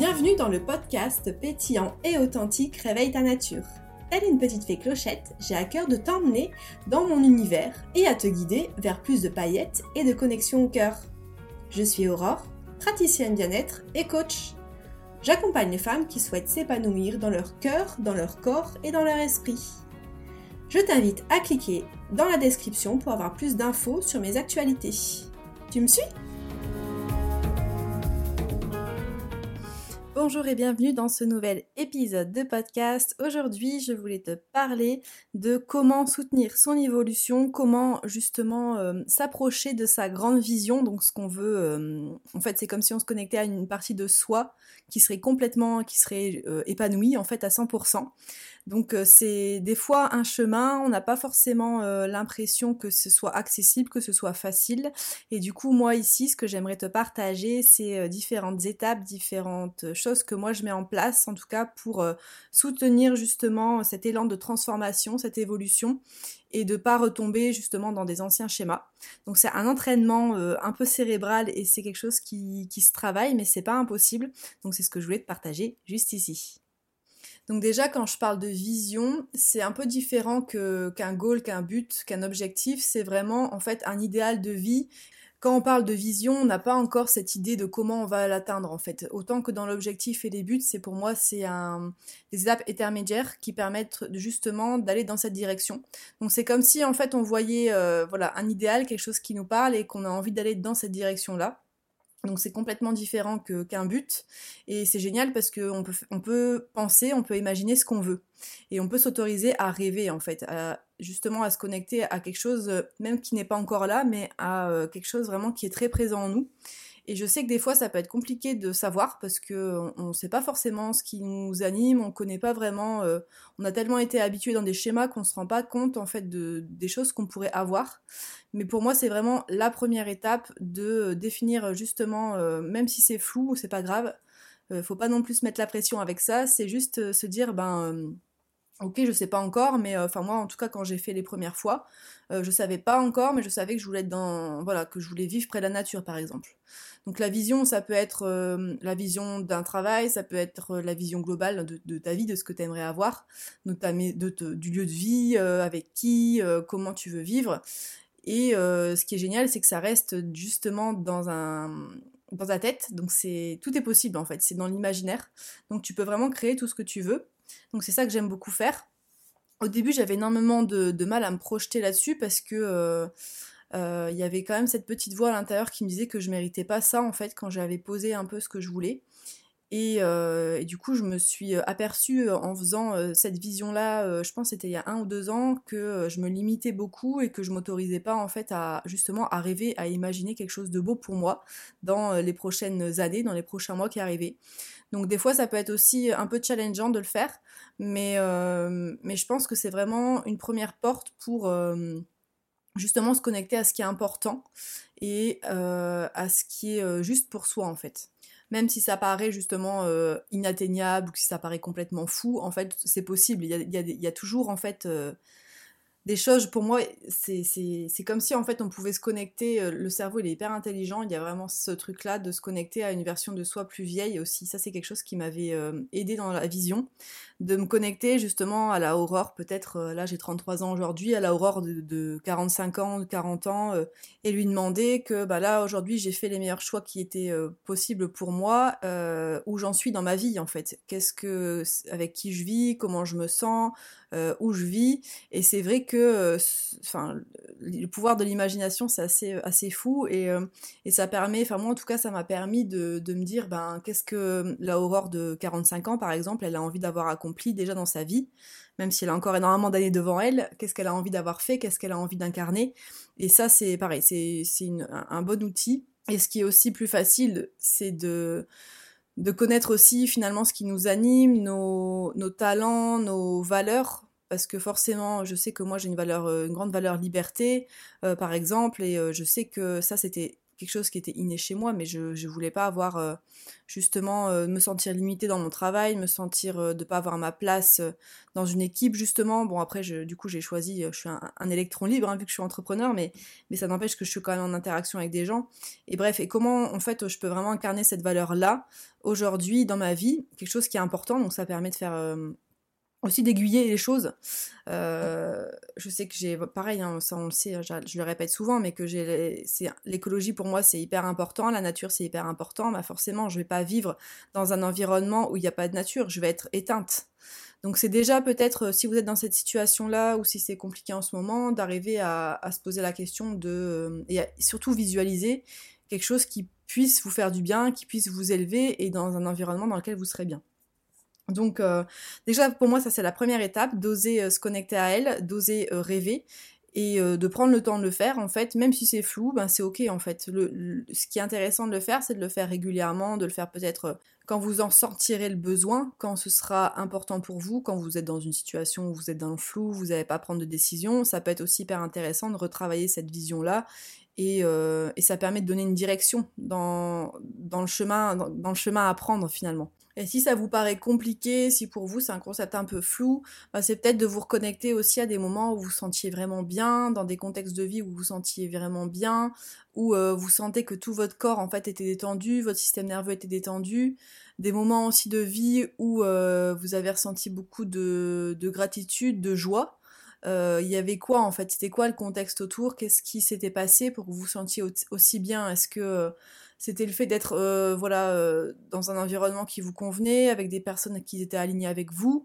Bienvenue dans le podcast pétillant et authentique Réveille ta nature. Telle une petite fée clochette, j'ai à cœur de t'emmener dans mon univers et à te guider vers plus de paillettes et de connexion au cœur. Je suis Aurore, praticienne bien-être et coach. J'accompagne les femmes qui souhaitent s'épanouir dans leur cœur, dans leur corps et dans leur esprit. Je t'invite à cliquer dans la description pour avoir plus d'infos sur mes actualités. Tu me suis ? Bonjour et bienvenue dans ce nouvel épisode de podcast. Aujourd'hui, je voulais te parler de comment soutenir son évolution, comment justement s'approcher de sa grande vision, donc ce qu'on veut. En fait, c'est comme si on se connectait à une partie de soi qui serait épanouie en fait à 100%. Donc c'est des fois un chemin, on n'a pas forcément l'impression que ce soit accessible, que ce soit facile. Et du coup, moi ici, ce que j'aimerais te partager, c'est différentes étapes, différentes choses que moi je mets en place, en tout cas pour soutenir justement cet élan de transformation, cette évolution, et de pas retomber justement dans des anciens schémas. Donc c'est un entraînement un peu cérébral et c'est quelque chose qui se travaille, mais c'est pas impossible. Donc c'est ce que je voulais te partager juste ici. Donc déjà, quand je parle de vision, c'est un peu différent qu'un goal, qu'un but, qu'un objectif. C'est vraiment en fait un idéal de vie. Quand on parle de vision, on n'a pas encore cette idée de comment on va l'atteindre en fait. Autant que dans l'objectif et les buts, c'est des étapes intermédiaires qui permettent justement d'aller dans cette direction. Donc c'est comme si en fait on voyait un idéal, quelque chose qui nous parle et qu'on a envie d'aller dans cette direction-là. Donc c'est complètement différent qu'un but et c'est génial parce qu'on peut penser, on peut imaginer ce qu'on veut et on peut s'autoriser à rêver en fait, justement à se connecter à quelque chose même qui n'est pas encore là mais à quelque chose vraiment qui est très présent en nous. Et je sais que des fois ça peut être compliqué de savoir parce que on sait pas forcément ce qui nous anime, on connaît pas vraiment, on a tellement été habitué dans des schémas qu'on se rend pas compte en fait des choses qu'on pourrait avoir. Mais pour moi c'est vraiment la première étape de définir justement, même si c'est flou, c'est pas grave, faut pas non plus se mettre la pression avec ça, c'est juste se dire ok, je sais pas encore, mais moi en tout cas quand j'ai fait les premières fois, je savais pas encore, mais je savais que je voulais que je voulais vivre près de la nature par exemple. Donc la vision, ça peut être la vision d'un travail, ça peut être la vision globale de ta vie, de ce que tu aimerais avoir, notamment du lieu de vie, avec qui, comment tu veux vivre. Et ce qui est génial, c'est que ça reste justement dans ta tête, donc tout est possible en fait, c'est dans l'imaginaire. Donc tu peux vraiment créer tout ce que tu veux. Donc c'est ça que j'aime beaucoup faire. Au début, j'avais énormément de mal à me projeter là-dessus parce que y avait quand même cette petite voix à l'intérieur qui me disait que je méritais pas ça en fait quand j'avais posé un peu ce que je voulais. Et du coup, je me suis aperçue en faisant cette vision-là, je pense que c'était il y a 1 ou 2 ans, que je me limitais beaucoup et que je m'autorisais pas en fait à justement à rêver, à imaginer quelque chose de beau pour moi dans les prochaines années, dans les prochains mois qui arrivaient. Donc des fois, ça peut être aussi un peu challengeant de le faire, mais je pense que c'est vraiment une première porte pour justement se connecter à ce qui est important et à ce qui est juste pour soi en fait. Même si ça paraît justement inatteignable ou que si ça paraît complètement fou, en fait c'est possible. Il y a toujours en fait des choses, pour moi, c'est comme si en fait on pouvait se connecter, le cerveau il est hyper intelligent, il y a vraiment ce truc-là de se connecter à une version de soi plus vieille aussi, ça c'est quelque chose qui m'avait aidé dans la vision, de me connecter justement à la Aurore, peut-être, là j'ai 33 ans aujourd'hui, à la Aurore de 45 ans, de 40 ans, et lui demander que là aujourd'hui j'ai fait les meilleurs choix qui étaient possibles pour moi, où j'en suis dans ma vie en fait, avec qui je vis, comment je me sens, où je vis, et c'est vrai que le pouvoir de l'imagination c'est assez fou et ça permet, moi en tout cas ça m'a permis de me dire qu'est-ce que la Aurore de 45 ans par exemple elle a envie d'avoir accompli déjà dans sa vie, même si elle a encore énormément d'années devant elle, qu'est-ce qu'elle a envie d'avoir fait, qu'est-ce qu'elle a envie d'incarner, et ça c'est pareil, c'est un bon outil. Et ce qui est aussi plus facile, c'est de connaître aussi finalement ce qui nous anime, nos talents, nos valeurs, parce que forcément je sais que moi j'ai une grande valeur liberté par exemple, et je sais que ça c'était quelque chose qui était inné chez moi, mais je voulais pas avoir justement me sentir limitée dans mon travail, me sentir de pas avoir ma place dans une équipe justement. Bon après du coup j'ai choisi, je suis un électron libre vu que je suis entrepreneur, mais ça n'empêche que je suis quand même en interaction avec des gens. Et bref, et comment en fait je peux vraiment incarner cette valeur-là aujourd'hui dans ma vie, quelque chose qui est important, donc ça permet de faire aussi d'aiguiller les choses. Je sais que j'ai, pareil, ça on le sait, je le répète souvent, mais que l'écologie pour moi c'est hyper important, la nature c'est hyper important, bah forcément je vais pas vivre dans un environnement où il n'y a pas de nature, je vais être éteinte. Donc c'est déjà peut-être, si vous êtes dans cette situation-là, ou si c'est compliqué en ce moment, d'arriver à se poser la question et surtout visualiser quelque chose qui puisse vous faire du bien, qui puisse vous élever, et dans un environnement dans lequel vous serez bien. Donc déjà pour moi ça c'est la première étape, d'oser se connecter à elle, d'oser rêver et de prendre le temps de le faire en fait, même si c'est flou, ben c'est ok en fait. Ce qui est intéressant de le faire, c'est de le faire régulièrement, de le faire peut-être quand vous en sentirez le besoin, quand ce sera important pour vous, quand vous êtes dans une situation où vous êtes dans le flou, vous n'allez pas prendre de décision. Ça peut être aussi hyper intéressant de retravailler cette vision-là et ça permet de donner une direction dans le chemin à prendre finalement. Et si ça vous paraît compliqué, si pour vous c'est un concept un peu flou, bah c'est peut-être de vous reconnecter aussi à des moments où vous vous sentiez vraiment bien, dans des contextes de vie où vous vous sentiez vraiment bien, où vous sentez que tout votre corps en fait était détendu, votre système nerveux était détendu, des moments aussi de vie où vous avez ressenti beaucoup de gratitude, de joie. Il y avait quoi en fait? C'était quoi le contexte autour? Qu'est-ce qui s'était passé pour que vous vous sentiez aussi bien? Est-ce que c'était le fait d'être dans un environnement qui vous convenait, avec des personnes qui étaient alignées avec vous?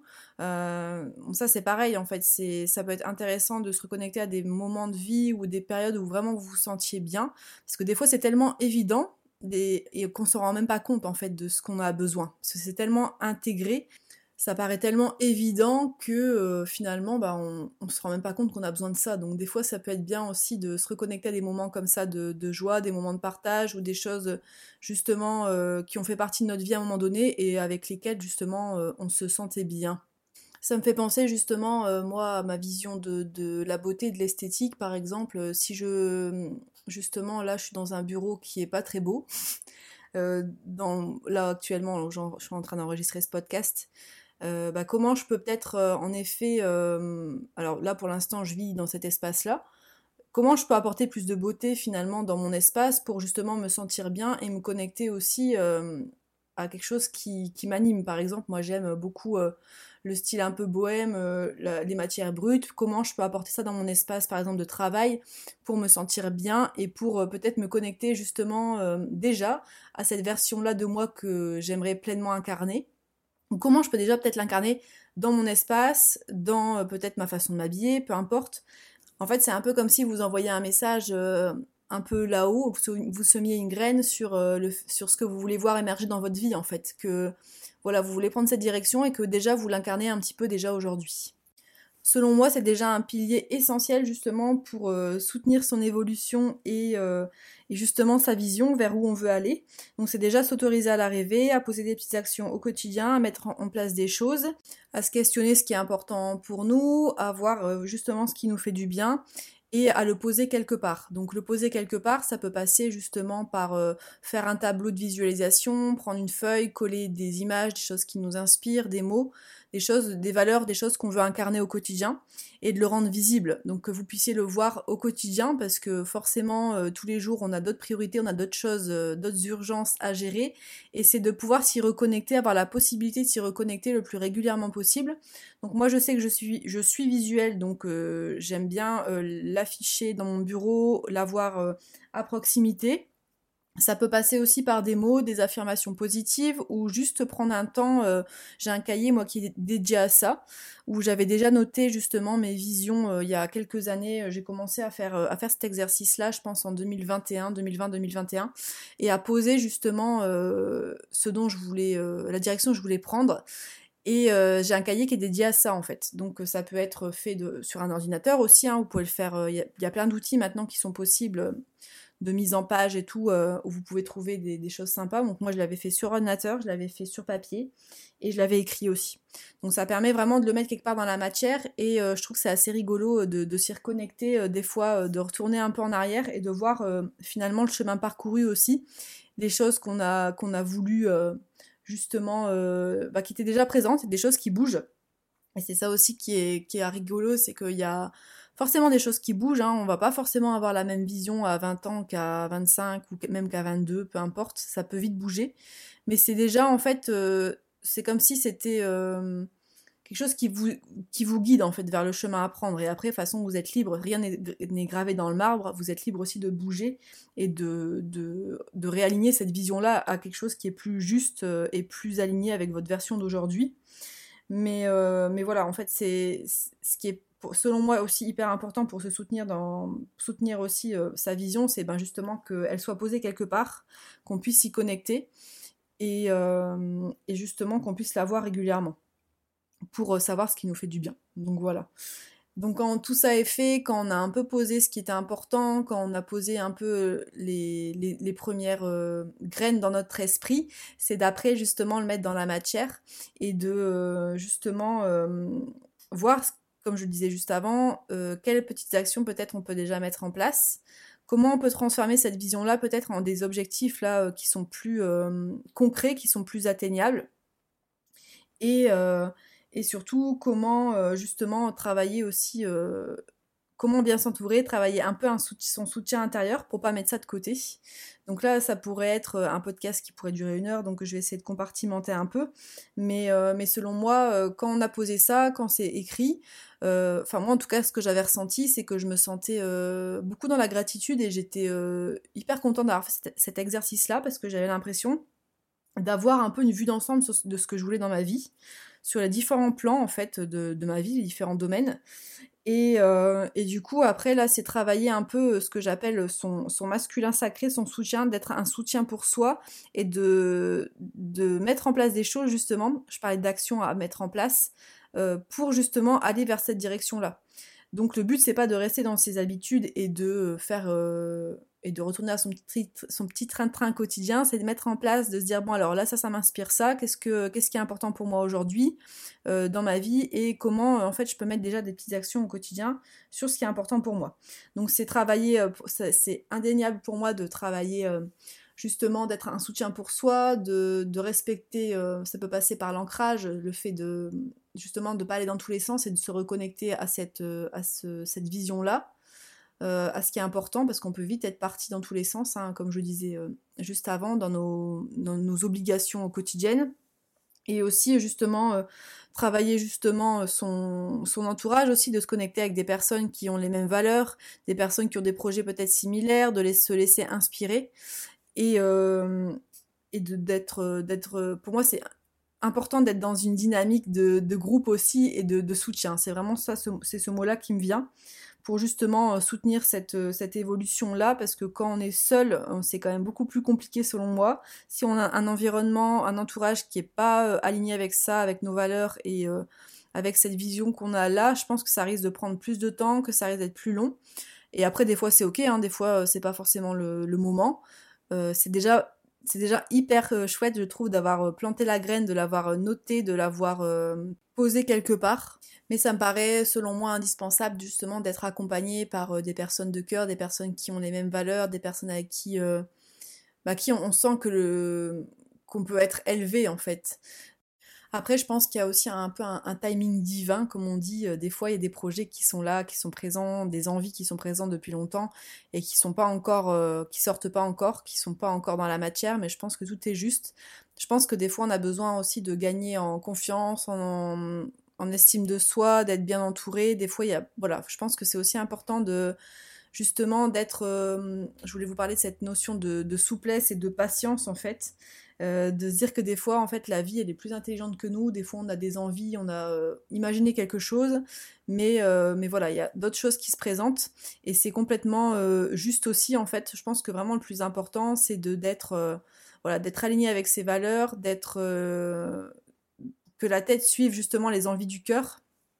Ça c'est pareil en fait, ça peut être intéressant de se reconnecter à des moments de vie ou des périodes où vraiment vous vous sentiez bien, parce que des fois c'est tellement évident et qu'on se rend même pas compte en fait de ce qu'on a besoin, parce que c'est tellement intégré. Ça paraît tellement évident que finalement, bah, on se rend même pas compte qu'on a besoin de ça. Donc des fois, ça peut être bien aussi de se reconnecter à des moments comme ça de joie, des moments de partage ou des choses justement qui ont fait partie de notre vie à un moment donné et avec lesquelles justement on se sentait bien. Ça me fait penser justement, moi, à ma vision de la beauté, de l'esthétique, par exemple. Justement, là, je suis dans un bureau qui est pas très beau. Là, actuellement, je suis en train d'enregistrer ce podcast. Bah, comment je peux peut-être en effet, alors là pour l'instant je vis dans cet espace-là, comment je peux apporter plus de beauté finalement dans mon espace pour justement me sentir bien et me connecter aussi à quelque chose qui m'anime. Par exemple, moi j'aime beaucoup le style un peu bohème, les matières brutes, comment je peux apporter ça dans mon espace par exemple de travail pour me sentir bien et pour peut-être me connecter justement déjà à cette version-là de moi que j'aimerais pleinement incarner. Donc, comment je peux déjà peut-être l'incarner dans mon espace, dans peut-être ma façon de m'habiller, peu importe. En fait, c'est un peu comme si vous envoyiez un message un peu là-haut, vous semiez une graine sur ce que vous voulez voir émerger dans votre vie, en fait. Que voilà, vous voulez prendre cette direction et que déjà vous l'incarnez un petit peu déjà aujourd'hui. Selon moi, c'est déjà un pilier essentiel justement pour soutenir son évolution et justement sa vision vers où on veut aller. Donc c'est déjà s'autoriser à la rêver, à poser des petites actions au quotidien, à mettre en place des choses, à se questionner ce qui est important pour nous, à voir justement ce qui nous fait du bien et à le poser quelque part. Donc le poser quelque part, ça peut passer justement par faire un tableau de visualisation, prendre une feuille, coller des images, des choses qui nous inspirent, des mots, des choses, des valeurs, des choses qu'on veut incarner au quotidien et de le rendre visible. Donc que vous puissiez le voir au quotidien parce que forcément tous les jours on a d'autres priorités, on a d'autres choses, d'autres urgences à gérer et c'est de pouvoir s'y reconnecter, avoir la possibilité de s'y reconnecter le plus régulièrement possible. Donc moi je sais que je suis visuelle donc j'aime bien l'afficher dans mon bureau, l'avoir à proximité. Ça peut passer aussi par des mots, des affirmations positives ou juste prendre un temps, j'ai un cahier moi qui est dédié à ça, où j'avais déjà noté justement mes visions il y a quelques années, j'ai commencé à faire cet exercice-là, je pense en 2020-2021 et à poser justement ce dont je voulais, la direction que je voulais prendre. Et j'ai un cahier qui est dédié à ça en fait. Donc ça peut être fait sur un ordinateur aussi, hein, vous pouvez le faire, il y a plein d'outils maintenant qui sont possibles de mise en page et tout, où vous pouvez trouver des choses sympas. Donc moi je l'avais fait sur ordinateur, je l'avais fait sur papier et je l'avais écrit aussi. Donc ça permet vraiment de le mettre quelque part dans la matière et je trouve que c'est assez rigolo de s'y reconnecter des fois, de retourner un peu en arrière et de voir finalement le chemin parcouru aussi, les choses qu'on a voulu justement, qui étaient déjà présentes, des choses qui bougent. Et c'est ça aussi qui est rigolo, c'est qu'il y a forcément des choses qui bougent, hein. On va pas forcément avoir la même vision à 20 ans qu'à 25 ou même qu'à 22, peu importe, ça peut vite bouger. Mais c'est déjà en fait, c'est comme si c'était quelque chose qui vous guide en fait vers le chemin à prendre. Et après, de toute façon, vous êtes libre, rien n'est gravé dans le marbre, vous êtes libre aussi de bouger et de réaligner cette vision-là à quelque chose qui est plus juste et plus aligné avec votre version d'aujourd'hui. Mais voilà, en fait, c'est ce qui est selon moi aussi hyper important pour se soutenir aussi sa vision, c'est ben justement qu'elle soit posée quelque part, qu'on puisse s'y connecter et justement qu'on puisse la voir régulièrement pour savoir ce qui nous fait du bien. Donc voilà. Donc quand tout ça est fait, quand on a un peu posé ce qui était important, quand on a posé un peu les premières graines dans notre esprit, c'est d'après justement le mettre dans la matière et de justement voir, comme je le disais juste avant, quelles petites actions peut-être on peut déjà mettre en place, comment on peut transformer cette vision-là peut-être en des objectifs là qui sont plus concrets, qui sont plus atteignables et, euh, et surtout comment justement travailler aussi, comment bien s'entourer, travailler un peu son soutien intérieur pour pas mettre ça de côté. Donc là, ça pourrait être un podcast qui pourrait durer 1 heure, donc je vais essayer de compartimenter un peu. Mais selon moi, quand on a posé ça, quand c'est écrit, enfin moi en tout cas, ce que j'avais ressenti, c'est que je me sentais beaucoup dans la gratitude et j'étais hyper contente d'avoir fait cet exercice-là parce que j'avais l'impression d'avoir un peu une vue d'ensemble de ce que je voulais dans ma vie, sur les différents plans en fait de ma vie, les différents domaines. Et du coup, après, là, c'est travailler un peu ce que j'appelle son masculin sacré, son soutien, d'être un soutien pour soi et de mettre en place des choses, justement. Je parlais d'actions à mettre en place pour justement aller vers cette direction-là. Donc le but, c'est pas de rester dans ses habitudes et de faire et de retourner à son petit train-train quotidien, c'est de mettre en place, de se dire bon alors là ça m'inspire ça, qu'est-ce qui est important pour moi aujourd'hui dans ma vie et comment en fait je peux mettre déjà des petites actions au quotidien sur ce qui est important pour moi. Donc c'est travailler, c'est indéniable pour moi de travailler justement d'être un soutien pour soi, de respecter, ça peut passer par l'ancrage, le fait de justement de pas aller dans tous les sens et de se reconnecter à cette vision-là, à ce qui est important, parce qu'on peut vite être parti dans tous les sens, hein, comme je disais juste avant, dans nos obligations quotidiennes. Et aussi justement travailler justement son entourage aussi, de se connecter avec des personnes qui ont les mêmes valeurs, des personnes qui ont des projets peut-être similaires, se laisser inspirer et, d'être, pour moi c'est important d'être dans une dynamique de groupe aussi et de soutien. C'est vraiment ça, c'est ce mot-là qui me vient pour justement soutenir cette évolution-là, parce que quand on est seul, c'est quand même beaucoup plus compliqué selon moi. Si on a un environnement, un entourage qui est pas aligné avec ça, avec nos valeurs et avec cette vision qu'on a là, je pense que ça risque de prendre plus de temps, que ça risque d'être plus long. Et après, des fois, c'est ok, hein, des fois, c'est pas forcément le moment. C'est déjà hyper chouette, je trouve, d'avoir planté la graine, de l'avoir notée, de l'avoir posée quelque part. Mais ça me paraît, selon moi, indispensable justement d'être accompagné par des personnes de cœur, des personnes qui ont les mêmes valeurs, des personnes avec qui on sent qu'on peut être élevé en fait. Après, je pense qu'il y a aussi un peu un timing divin, comme on dit. Des fois, il y a des projets qui sont là, qui sont présents, des envies qui sont présentes depuis longtemps et qui sont pas encore, qui sortent pas encore, qui sont pas encore dans la matière. Mais je pense que tout est juste. Je pense que des fois, on a besoin aussi de gagner en confiance, en estime de soi, d'être bien entouré. Des fois, voilà, je pense que c'est aussi important de justement d'être. Je voulais vous parler de cette notion de souplesse et de patience en fait. De se dire que des fois, en fait, la vie, elle est plus intelligente que nous. Des fois, on a des envies, on a imaginé quelque chose, mais voilà, il y a d'autres choses qui se présentent, et c'est complètement juste aussi, en fait. Je pense que vraiment le plus important, c'est d'être voilà, d'être aligné avec ses valeurs, que la tête suive justement les envies du cœur.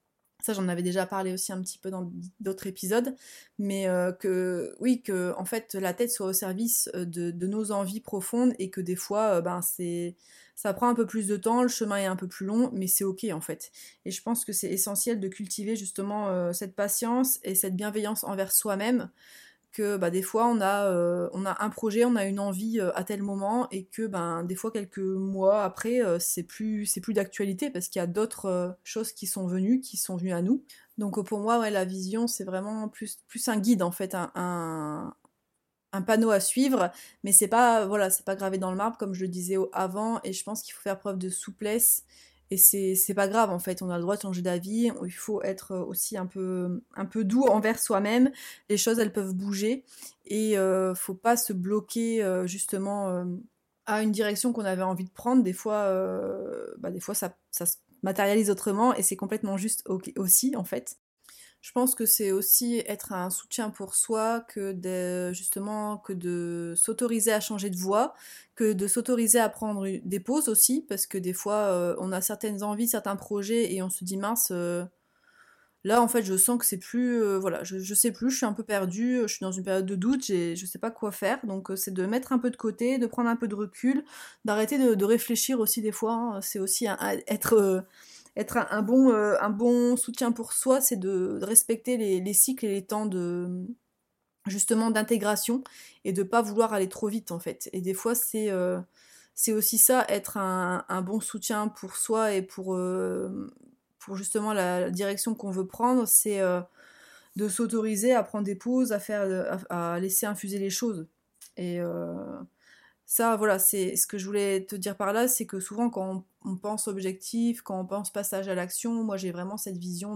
Ça, j'en avais déjà parlé aussi un petit peu dans d'autres épisodes, mais que oui, que en fait la tête soit au service de nos envies profondes et que des fois, ça prend un peu plus de temps, le chemin est un peu plus long, mais c'est ok en fait. Et je pense que c'est essentiel de cultiver justement cette patience et cette bienveillance envers soi-même que des fois on a un projet, on a une envie à tel moment et que des fois quelques mois après c'est plus d'actualité parce qu'il y a d'autres choses qui sont venues à nous. Donc pour moi ouais, la vision c'est vraiment plus un guide en fait, un panneau à suivre, mais c'est pas voilà, c'est pas gravé dans le marbre comme je le disais avant et je pense qu'il faut faire preuve de souplesse et c'est pas grave en fait, on a le droit de changer d'avis, il faut être aussi un peu doux envers soi-même, les choses elles peuvent bouger et faut pas se bloquer justement à une direction qu'on avait envie de prendre, des fois ça se matérialise autrement et c'est complètement juste aussi en fait. Je pense que c'est aussi être un soutien pour soi justement que de s'autoriser à changer de voie, que de s'autoriser à prendre des pauses aussi, parce que des fois on a certaines envies, certains projets et on se dit mince, là en fait je sens que c'est plus, voilà, je sais plus, je suis un peu perdue, je suis dans une période de doute, je sais pas quoi faire, donc c'est de mettre un peu de côté, de prendre un peu de recul, d'arrêter de réfléchir aussi des fois, hein. C'est aussi être un bon soutien pour soi, c'est de respecter les cycles et les temps justement d'intégration et de pas vouloir aller trop vite en fait. Et des fois c'est aussi ça, être un bon soutien pour soi et pour justement la direction qu'on veut prendre, c'est de s'autoriser à prendre des pauses, à laisser infuser les choses. Et ça, voilà, c'est ce que je voulais te dire par là, c'est que souvent quand on pense objectif, quand on pense passage à l'action, moi j'ai vraiment cette vision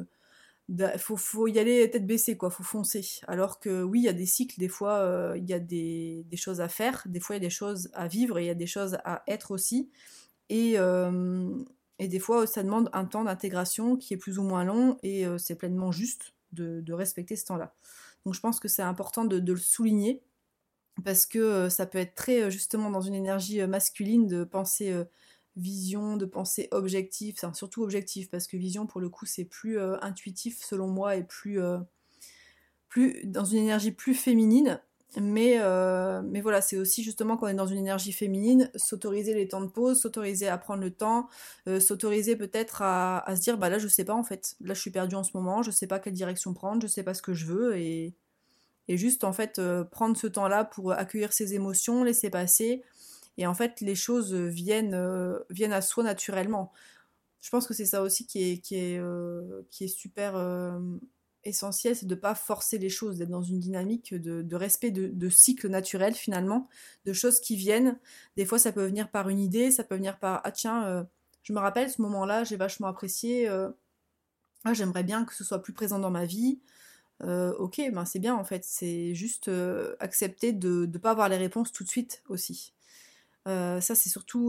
faut y aller tête baissée, quoi, faut foncer. Alors que oui, il y a des cycles, des fois il y a des choses à faire, des fois il y a des choses à vivre et il y a des choses à être aussi. Et, euh, et des fois ça demande un temps d'intégration qui est plus ou moins long et c'est pleinement juste de respecter ce temps-là. Donc je pense que c'est important de le souligner parce que ça peut être très justement dans une énergie masculine de penser vision, de penser objectif, enfin, surtout objectif parce que vision pour le coup c'est plus intuitif selon moi et plus dans une énergie plus féminine. Mais voilà, c'est aussi justement quand on est dans une énergie féminine, s'autoriser les temps de pause, s'autoriser à prendre le temps, s'autoriser peut-être à se dire bah là je sais pas en fait, là je suis perdue en ce moment, je sais pas quelle direction prendre, je sais pas ce que je veux et juste en fait prendre ce temps-là pour accueillir ses émotions, laisser passer et en fait les choses viennent à soi naturellement. Je pense que c'est ça aussi qui est super essentiel, c'est de ne pas forcer les choses, d'être dans une dynamique de respect de cycle naturel finalement, de choses qui viennent. Des fois ça peut venir par une idée, ça peut venir par ah tiens, je me rappelle ce moment-là, j'ai vachement apprécié, ah, j'aimerais bien que ce soit plus présent dans ma vie. Ok, ben c'est bien en fait, c'est juste accepter de ne pas avoir les réponses tout de suite aussi. Ça c'est surtout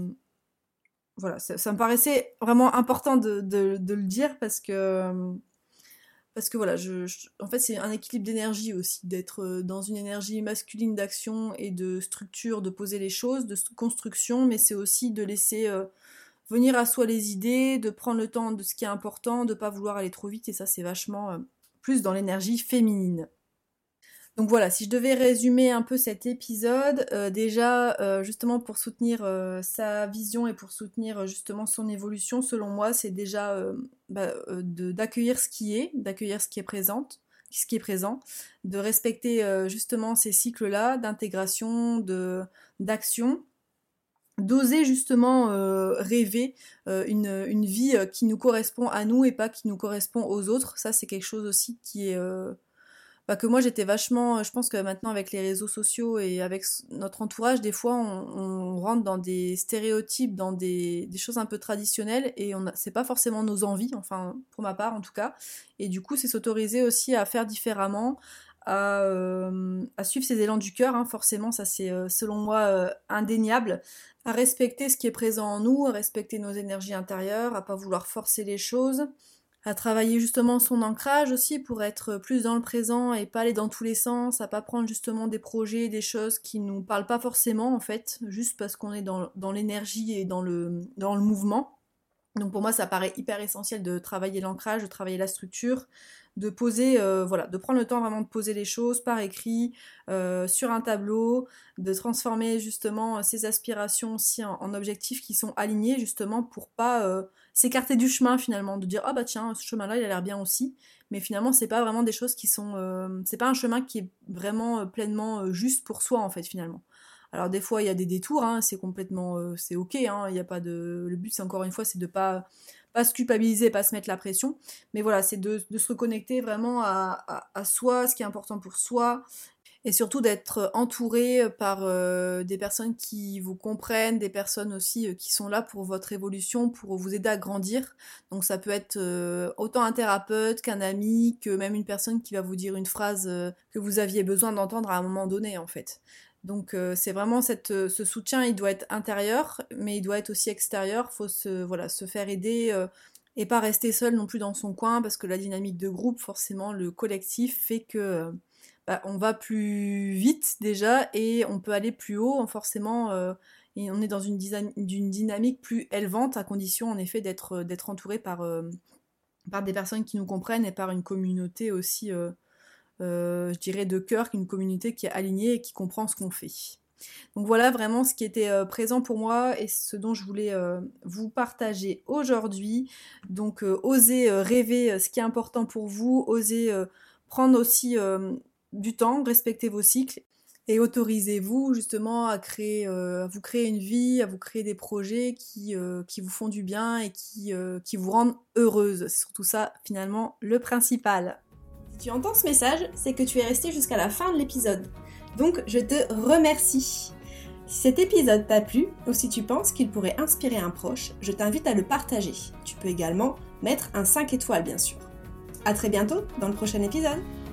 voilà, ça me paraissait vraiment important de le dire parce que voilà, en fait, c'est un équilibre d'énergie aussi, d'être dans une énergie masculine d'action et de structure, de poser les choses, de construction, mais c'est aussi de laisser venir à soi les idées, de prendre le temps de ce qui est important, de pas vouloir aller trop vite, et ça, c'est vachement plus dans l'énergie féminine. Donc voilà, si je devais résumer un peu cet épisode, déjà justement pour soutenir sa vision et pour soutenir justement son évolution, selon moi, c'est déjà d'accueillir d'accueillir ce qui est présent, de respecter justement ces cycles-là d'intégration, d'action, d'oser justement rêver une vie qui nous correspond à nous et pas qui nous correspond aux autres. Ça, c'est quelque chose aussi qui est que moi j'étais vachement, je pense que maintenant avec les réseaux sociaux et avec notre entourage, des fois on rentre dans des stéréotypes, dans des choses un peu traditionnelles et c'est pas forcément nos envies, enfin pour ma part en tout cas. Et du coup c'est s'autoriser aussi à faire différemment, à suivre ses élans du cœur, hein, forcément ça c'est selon moi indéniable, à respecter ce qui est présent en nous, à respecter nos énergies intérieures, à pas vouloir forcer les choses, à travailler justement son ancrage aussi pour être plus dans le présent et pas aller dans tous les sens, à pas prendre justement des projets, des choses qui nous parlent pas forcément en fait, juste parce qu'on est dans l'énergie et dans le mouvement. Donc pour moi, ça paraît hyper essentiel de travailler l'ancrage, de travailler la structure, de poser, de prendre le temps vraiment de poser les choses par écrit, sur un tableau, de transformer justement ses aspirations aussi en objectifs qui sont alignés justement pour pas s'écarter du chemin finalement, de dire ah bah tiens, ce chemin-là il a l'air bien aussi, mais finalement c'est pas vraiment des choses qui sont, c'est pas un chemin qui est vraiment pleinement juste pour soi en fait finalement. Alors des fois il y a des détours, hein, c'est complètement, c'est ok, hein, il y a pas de, le but c'est encore une fois c'est de pas se culpabiliser, pas se mettre la pression, mais voilà c'est de se reconnecter vraiment à soi, ce qui est important pour soi, et surtout d'être entouré par des personnes qui vous comprennent, des personnes aussi qui sont là pour votre évolution, pour vous aider à grandir. Donc ça peut être autant un thérapeute qu'un ami, que même une personne qui va vous dire une phrase que vous aviez besoin d'entendre à un moment donné en fait. Donc c'est vraiment ce soutien, il doit être intérieur, mais il doit être aussi extérieur. Faut se faire aider et pas rester seul non plus dans son coin, parce que la dynamique de groupe, forcément, le collectif fait que on va plus vite déjà et on peut aller plus haut, forcément. Et on est dans une dynamique plus élevante, à condition en effet d'être entouré par des personnes qui nous comprennent et par une communauté aussi. Je dirais de cœur, une communauté qui est alignée et qui comprend ce qu'on fait. Donc voilà vraiment ce qui était présent pour moi et ce dont je voulais vous partager aujourd'hui. Donc osez rêver ce qui est important pour vous, osez prendre aussi du temps, respectez vos cycles et autorisez-vous justement à vous créer une vie, à vous créer des projets qui vous font du bien et qui vous rendent heureuse. C'est surtout ça finalement le principal. Si tu entends ce message, c'est que tu es resté jusqu'à la fin de l'épisode. Donc je te remercie. Si cet épisode t'a plu ou si tu penses qu'il pourrait inspirer un proche, je t'invite à le partager. Tu peux également mettre un 5 étoiles bien sûr. À très bientôt dans le prochain épisode.